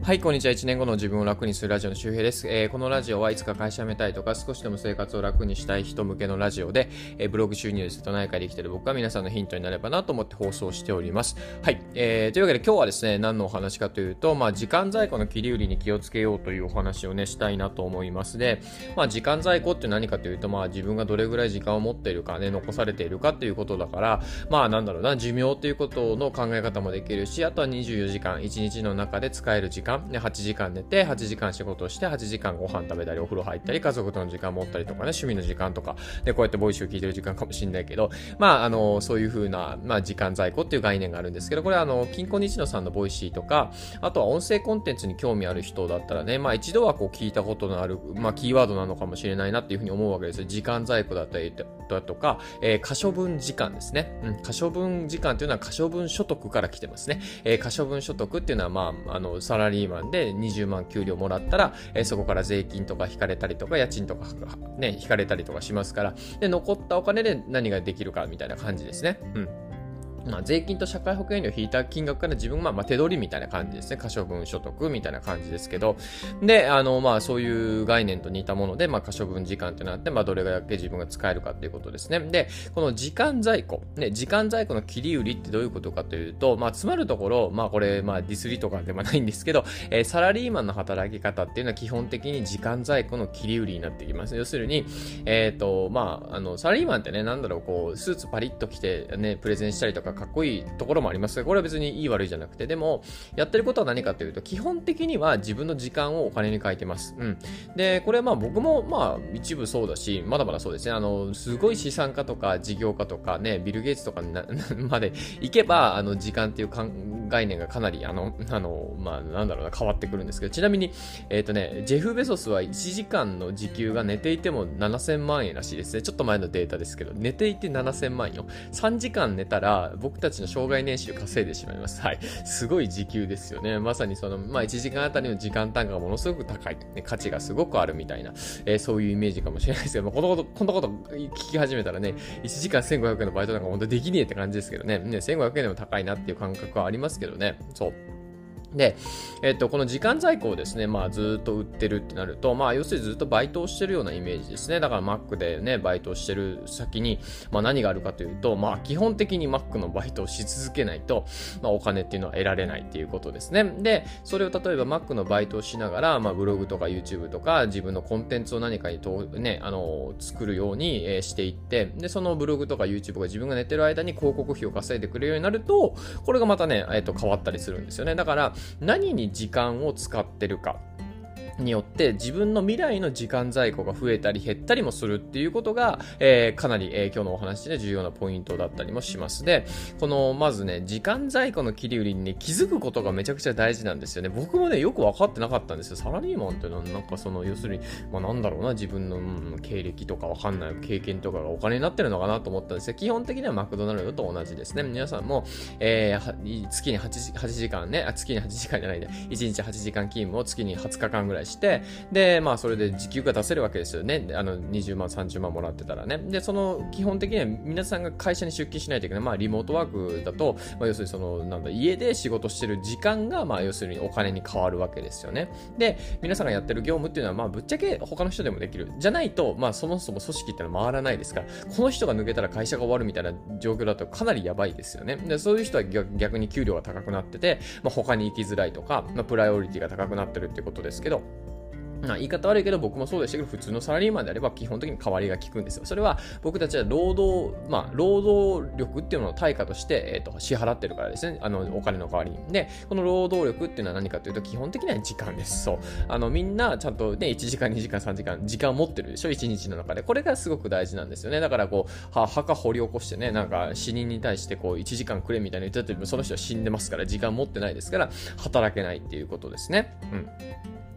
はい、こんにちは。1年後の自分を楽にするラジオの周平です。このラジオはいつか会社辞めたいとか少しでも生活を楽にしたい人向けのラジオで、ブログ収入で瀬戸内海で生きている僕が皆さんのヒントになればなと思って放送しております。はい、というわけで今日はですね、何のお話かというと、時間在庫の切り売りに気をつけようというお話をね、したいなと思いますで、時間在庫って何かというと、自分がどれぐらい時間を持っているかね、残されているかっていうことだから、寿命っていうことの考え方もできるし、あとは24時間、1日の中で使える時間、8時間寝て、8時間仕事をして、8時間ご飯食べたり、お風呂入ったり、家族との時間持ったりとかね、趣味の時間とか、で、こうやってボイスを聞いてる時間かもしれないけど、そういう風な、時間在庫っていう概念があるんですけど、これは金庫日野さんのボイシーとか、あとは音声コンテンツに興味ある人だったらね、一度はこう聞いたことのある、キーワードなのかもしれないなっていうふうに思うわけですよ。時間在庫だったりだとか、可処分時間ですね。可処分時間というのは可処分所得から来てますね。可処分所得っていうのは、サラリーマンで20万給料もらったら、そこから税金とか引かれたりとか、家賃とかね、引かれたりとかしますから、で、残ったお金で何ができるかみたいな感じですね。税金と社会保険料引いた金額から自分は手取りみたいな感じですね。可処分所得みたいな感じですけど。で、そういう概念と似たもので、可処分時間ってなって、どれだけ自分が使えるかっていうことですね。で、この時間在庫。ね、時間在庫の切り売りってどういうことかというと、つまるところ、これ、ディスりとかではないんですけど、サラリーマンの働き方っていうのは基本的に時間在庫の切り売りになってきます。要するに、サラリーマンってね、スーツパリッと着てね、プレゼンしたりとか、かっこいいところもありますが、これは別にいい悪いじゃなくて、でも、やってることは何かというと、基本的には自分の時間をお金に変えてます。で、これは僕も一部そうだし、まだまだそうですね。すごい資産家とか事業家とかね、ビル・ゲイツとかまで行けば、時間っていう概念がかなり、変わってくるんですけど、ちなみに、ジェフ・ベソスは1時間の時給が寝ていても7000万円らしいですね。ちょっと前のデータですけど、寝ていて7000万円よ。3時間寝たら、僕たちの生涯年収稼いでしまいます。はい。すごい時給ですよね。まさに1時間あたりの時間単価がものすごく高い。価値がすごくあるみたいな、そういうイメージかもしれないですけど、こんなこと聞き始めたらね、1時間1500円のバイトなんか本当できねえって感じですけどね。1500円でも高いなっていう感覚はありますけどね。そう。で、この時間在庫をですね、ずっと売ってるってなると、要するにずっとバイトをしてるようなイメージですね。だから Mac でね、バイトをしてる先に、何があるかというと、基本的に Mac のバイトをし続けないと、お金っていうのは得られないっていうことですね。で、それを例えば Mac のバイトをしながら、ブログとか YouTube とか自分のコンテンツを何かに作るようにしていって、で、そのブログとか YouTube が自分が寝てる間に広告費を稼いでくれるようになると、これがまたね、変わったりするんですよね。だから、何に時間を使ってるかによって自分の未来の時間在庫が増えたり減ったりもするっていうことが、かなり、今日のお話で重要なポイントだったりもします。で、まずね、時間在庫の切り売りにね、気づくことがめちゃくちゃ大事なんですよね。僕もね、よく分かってなかったんですよ。サラリーマンって要するに、自分の、経歴とか分かんない経験とかがお金になってるのかなと思ったんですよ。基本的にはマクドナルドと同じですね。皆さんも、月に8時間ね、月に8時間じゃないんだ。1日8時間勤務を月に20日間ぐらいして、で、それで時給が出せるわけですよね。20万、30万もらってたらね。で、基本的には皆さんが会社に出勤しないといけない。リモートワークだと、要するに家で仕事してる時間が、要するにお金に変わるわけですよね。で、皆さんがやってる業務っていうのは、ぶっちゃけ他の人でもできる。じゃないと、そもそも組織ってのは回らないですから、この人が抜けたら会社が終わるみたいな状況だとかなりやばいですよね。で、そういう人は逆に給料が高くなってて、他に行きづらいとか、プライオリティが高くなってるってことですけど、言い方悪いけど僕もそうでしたけど、普通のサラリーマンであれば基本的に代わりが効くんですよ。それは僕たちは労働力っていうのを対価として、支払ってるからですね。お金の代わりに。で、この労働力っていうのは何かというと、基本的には時間です。そう。みんなちゃんとね、1時間、2時間、3時間、時間を持ってるでしょ ?1 日の中で。これがすごく大事なんですよね。だから墓掘り起こしてね、死人に対して1時間くれみたいに言ってても、その人は死んでますから、時間持ってないですから、働けないっていうことですね。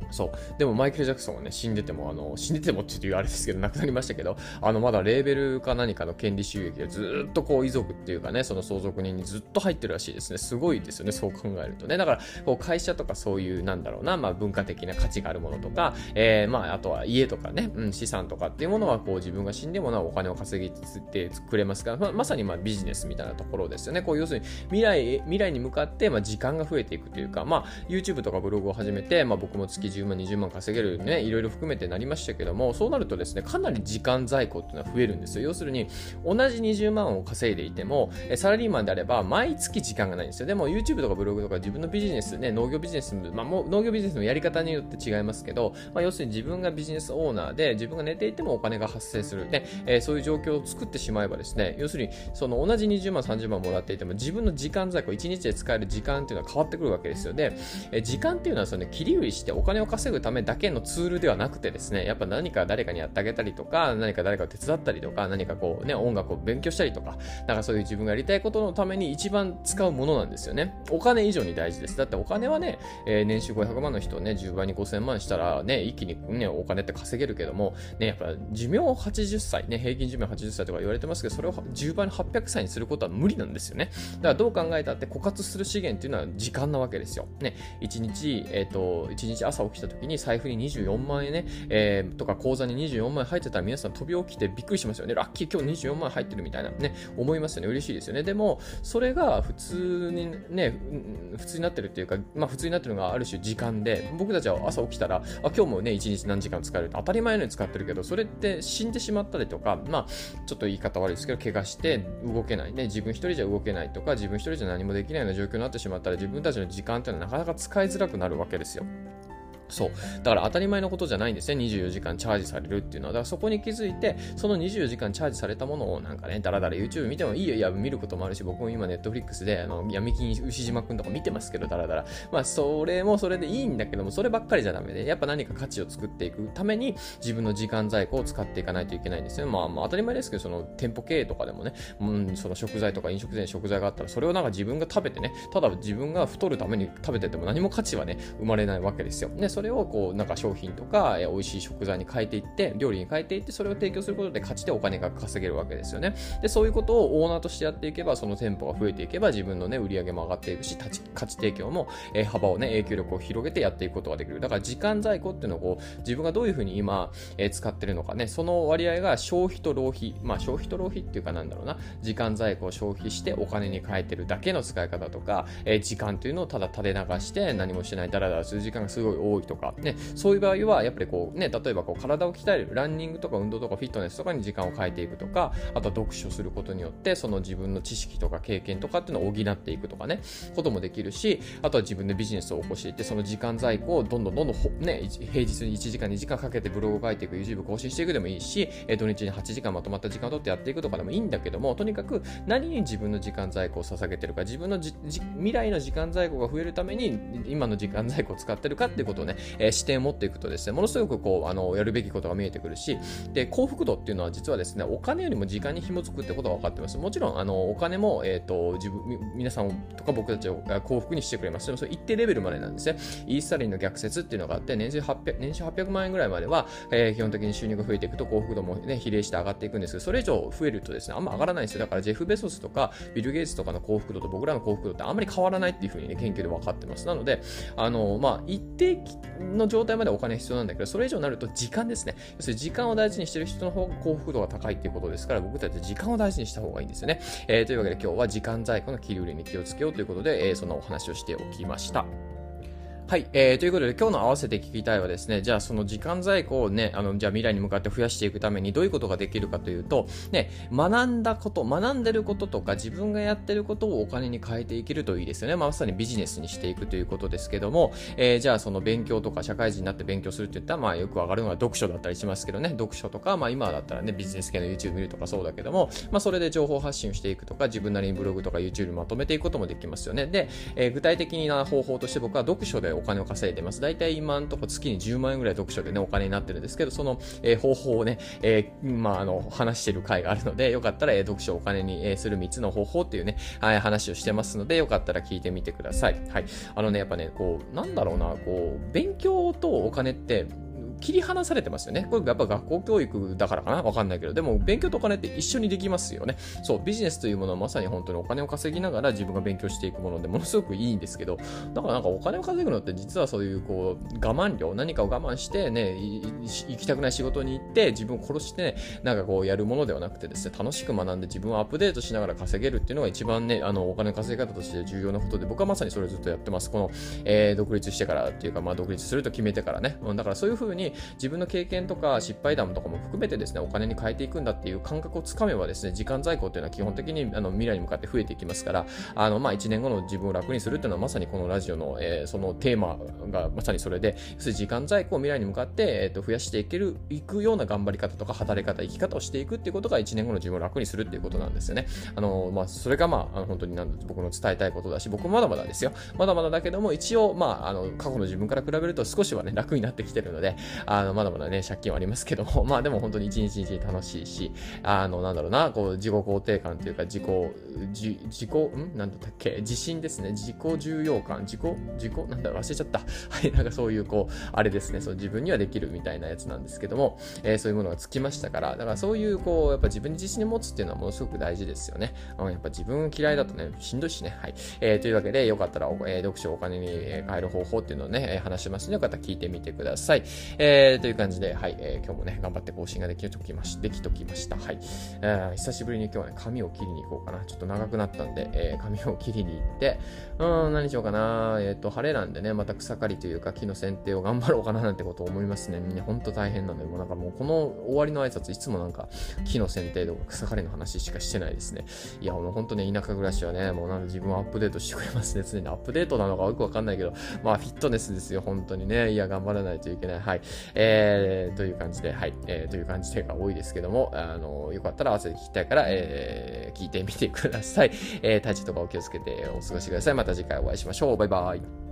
そう。でもマイケル・ジャクソンはね、死んでてもっていうあれですけど、亡くなりましたけど、まだレーベルか何かの権利収益でずっとこう遺族っていうかね、その相続人にずっと入ってるらしいですね。すごいですよね、そう考えるとね。だから、こう会社とかそういう、まあ文化的な価値があるものとか、まああとは家とかね、資産とかっていうものはこう自分が死んでもお金を稼ぎてくれますから、まさにまあビジネスみたいなところですよね。こう要するに未来に向かってまあ時間が増えていくというか、まあ YouTube とかブログを始めて、まあ僕も月10万、20万稼げるね、いろいろ含めてなりましたけども、そうなるとですね、かなり時間在庫っていうのは増えるんですよ。要するに、同じ20万を稼いでいても、サラリーマンであれば、毎月時間がないんですよ。でも、YouTube とかブログとか自分のビジネスね、農業ビジネス、まあもう農業ビジネスのやり方によって違いますけど、まあ要するに自分がビジネスオーナーで、自分が寝ていてもお金が発生する。で、そういう状況を作ってしまえばですね、要するに、その同じ20万、30万もらっていても、自分の時間在庫、1日で使える時間っていうのは変わってくるわけですよ。で、時間っていうのはその切り売りしてお金を稼ぐためだけのツールではなくてですね、やっぱ何か誰かにやってあげたりとか、何か誰かを手伝ったりとか、何かこうね、音楽を勉強したりとか、なんかそういう自分がやりたいことのために一番使うものなんですよね。お金以上に大事です。だってお金はね、年収500万の人をね、10倍に5000万したらね、一気にね、お金って稼げるけども、ね、やっぱ寿命80歳、ね、平均寿命80歳とか言われてますけど、それを10倍の800歳にすることは無理なんですよね。だからどう考えたって枯渇する資源っていうのは時間なわけですよ。ね、1日朝起きた時に財布に24万円ね、とか口座に24万円入ってたら皆さん飛び起きてびっくりしますよね。ラッキー今日24万円入ってるみたいなね、思いますよね。嬉しいですよね。でも、それが普通になってるっていうか、まあ普通になってるのがある種時間で、僕たちは朝起きたら、今日もね、1日何時間使えるって当たり前のように使ってるけど、それって死んでしまったりとか、まあちょっと言い方悪いですけど、怪我して動けないね、自分一人じゃ動けないとか、自分一人じゃ何もできないような状況になってしまったら、自分たちの時間っていうのはなかなか使いづらくなるわけですよ。そう。だから当たり前のことじゃないんですね。24時間チャージされるっていうのは。だからそこに気づいて、その24時間チャージされたものをなんかね、だらだら YouTube 見てもいいよ。いや、見ることもあるし、僕も今 Netflix で、闇金牛島くんとか見てますけど、だらだら。まあ、それもそれでいいんだけども、そればっかりじゃダメで、やっぱ何か価値を作っていくために、自分の時間在庫を使っていかないといけないんですよ。まあ、当たり前ですけど、その店舗経営とかでもね、その食材とか飲食店に食材があったら、それをなんか自分が食べてね、ただ自分が太るために食べてても何も価値はね、生まれないわけですよ。で、それをこう、なんか商品とか美味しい食材に変えていって、料理に変えていって、それを提供することで価値でお金が稼げるわけですよね。で、そういうことをオーナーとしてやっていけば、その店舗が増えていけば、自分のね、売り上げも上がっていくし、価値提供も幅をね、影響力を広げてやっていくことができる。だから時間在庫っていうのをこう、自分がどういうふうに今、使ってるのかね、その割合が消費と浪費、まあ消費と浪費っていうかなんだろうな、時間在庫を消費してお金に変えてるだけの使い方とか、時間っていうのをただ垂れ流して何もしてない、ダラダラする時間がすごい多いとか、ね、そういう場合はやっぱりこうね、例えばこう体を鍛えるランニングとか運動とかフィットネスとかに時間を変えていくとか、あとは読書することによってその自分の知識とか経験とかっていうのを補っていくとかね、こともできるし、あとは自分でビジネスを起こしていってその時間在庫をどんどんね、平日に1時間2時間かけてブログを書いていく、 YouTube 更新していくでもいいし、土日に8時間まとまった時間を取ってやっていくとかでもいいんだけども、とにかく何に自分の時間在庫を捧げてるか、自分の未来の時間在庫が増えるために今の時間在庫を使ってるかっていうことをね、視点を持っていくとですね、ものすごくこうやるべきことが見えてくるし、で幸福度っていうのは実はですね、お金よりも時間に紐づくってことが分かってます。もちろんお金も、皆さんとか僕たちを幸福にしてくれます。でもそれ一定レベルまでなんですね。イースタリンの逆説っていうのがあって、年収800万円ぐらいまでは、基本的に収入が増えていくと幸福度もね、比例して上がっていくんですけど、それ以上増えるとですね、あんま上がらないんですよ。だからジェフ・ベソスとかビル・ゲイツとかの幸福度と僕らの幸福度ってあんまり変わらないっていうふうにね、研究で分かってます。なので一定の状態までお金必要なんだけど、それ以上になると時間ですね。要するに時間を大事にしている人の方が幸福度が高いっていうことですから、僕たち時間を大事にした方がいいんですよね。というわけで今日は時間在庫の切り売りに気をつけようということで、そんなお話をしておきました。はい、ということで今日の合わせて聞きたいはですね、じゃあその時間在庫をね、じゃあ未来に向かって増やしていくためにどういうことができるかというと、ね、学んでることとか自分がやってることをお金に変えていけるといいですよね。まさにビジネスにしていくということですけども、じゃあその勉強とか社会人になって勉強するって言ったら、よく上がるのが読書だったりしますけどね、読書とか、今だったらね、ビジネス系の YouTube 見るとかそうだけども、それで情報発信をしていくとか、自分なりにブログとか YouTube まとめていくこともできますよね。で、具体的な方法として僕は読書でお金を稼いでます。だいたい今のところ月に10万円ぐらい読書でね、お金になってるんですけど、その、方法をね、話してる回があるので、よかったら、読書をお金に、する3つの方法っていうね、話をしてますので、よかったら聞いてみてください。はい。やっぱね、勉強とお金って、切り離されてますよね。これやっぱ学校教育だからかなわかんないけど、でも勉強とお金って一緒にできますよね。そう、ビジネスというものはまさに本当にお金を稼ぎながら自分が勉強していくものでものすごくいいんですけど、だからお金を稼ぐのって実はそういう我慢量、何かを我慢してね、行きたくない仕事に行って自分を殺してね、やるものではなくてですね、楽しく学んで自分をアップデートしながら稼げるっていうのが一番ね、お金の稼ぎ方として重要なことで、僕はまさにそれをずっとやってます。この、独立してからっていうか、独立すると決めてからね。だからそういう風に自分の経験とか失敗談とかも含めてですね、お金に変えていくんだっていう感覚をつかめばですね、時間在庫っていうのは基本的に未来に向かって増えていきますから、1年後の自分を楽にするっていうのはまさにこのラジオの、そのテーマがまさにそれで、時間在庫を未来に向かって、増やしていくような頑張り方とか働き方、生き方をしていくっていうことが1年後の自分を楽にするっていうことなんですよね。それが本当に僕の伝えたいことだし、僕もまだまだですよ。まだまだだけども、一応過去の自分から比べると少しはね、楽になってきてるので、まだまだね、借金はありますけども、でも本当に一日一日楽しいし、自己肯定感というか、自信ですね。自己重要感、忘れちゃった。はい、そういうあれですね、自分にはできるみたいなやつなんですけども、そういうものがつきましたから、だからそういうやっぱ自分に自信を持つっていうのはものすごく大事ですよね。やっぱ自分嫌いだとね、しんどいしね。はい。というわけで、よかったら、読書をお金に変える方法っていうのをね、話しますので、よかったら聞いてみてください。という感じで、はい、今日もね、頑張って更新ができときました。はい。久しぶりに今日はね、髪を切りに行こうかな。ちょっと長くなったんで、髪を切りに行って、何しようかな。晴れなんでね、また草刈りというか、木の剪定を頑張ろうかななんてことを思いますね。ほんと大変なんで、もうこの終わりの挨拶、いつも木の剪定とか草刈りの話しかしてないですね。いや、もうほんとね、田舎暮らしはね、もう自分をアップデートしてくれますね。常にアップデートなのかよくわかんないけど、フィットネスですよ、本当にね。いや、頑張らないといけない。はい。という感じで、はい。という感じでが多いですけども、よかったら合わせて聞きたいから、聞いてみてください。体調とかお気をつけてお過ごしください。また次回お会いしましょう。バイバイ。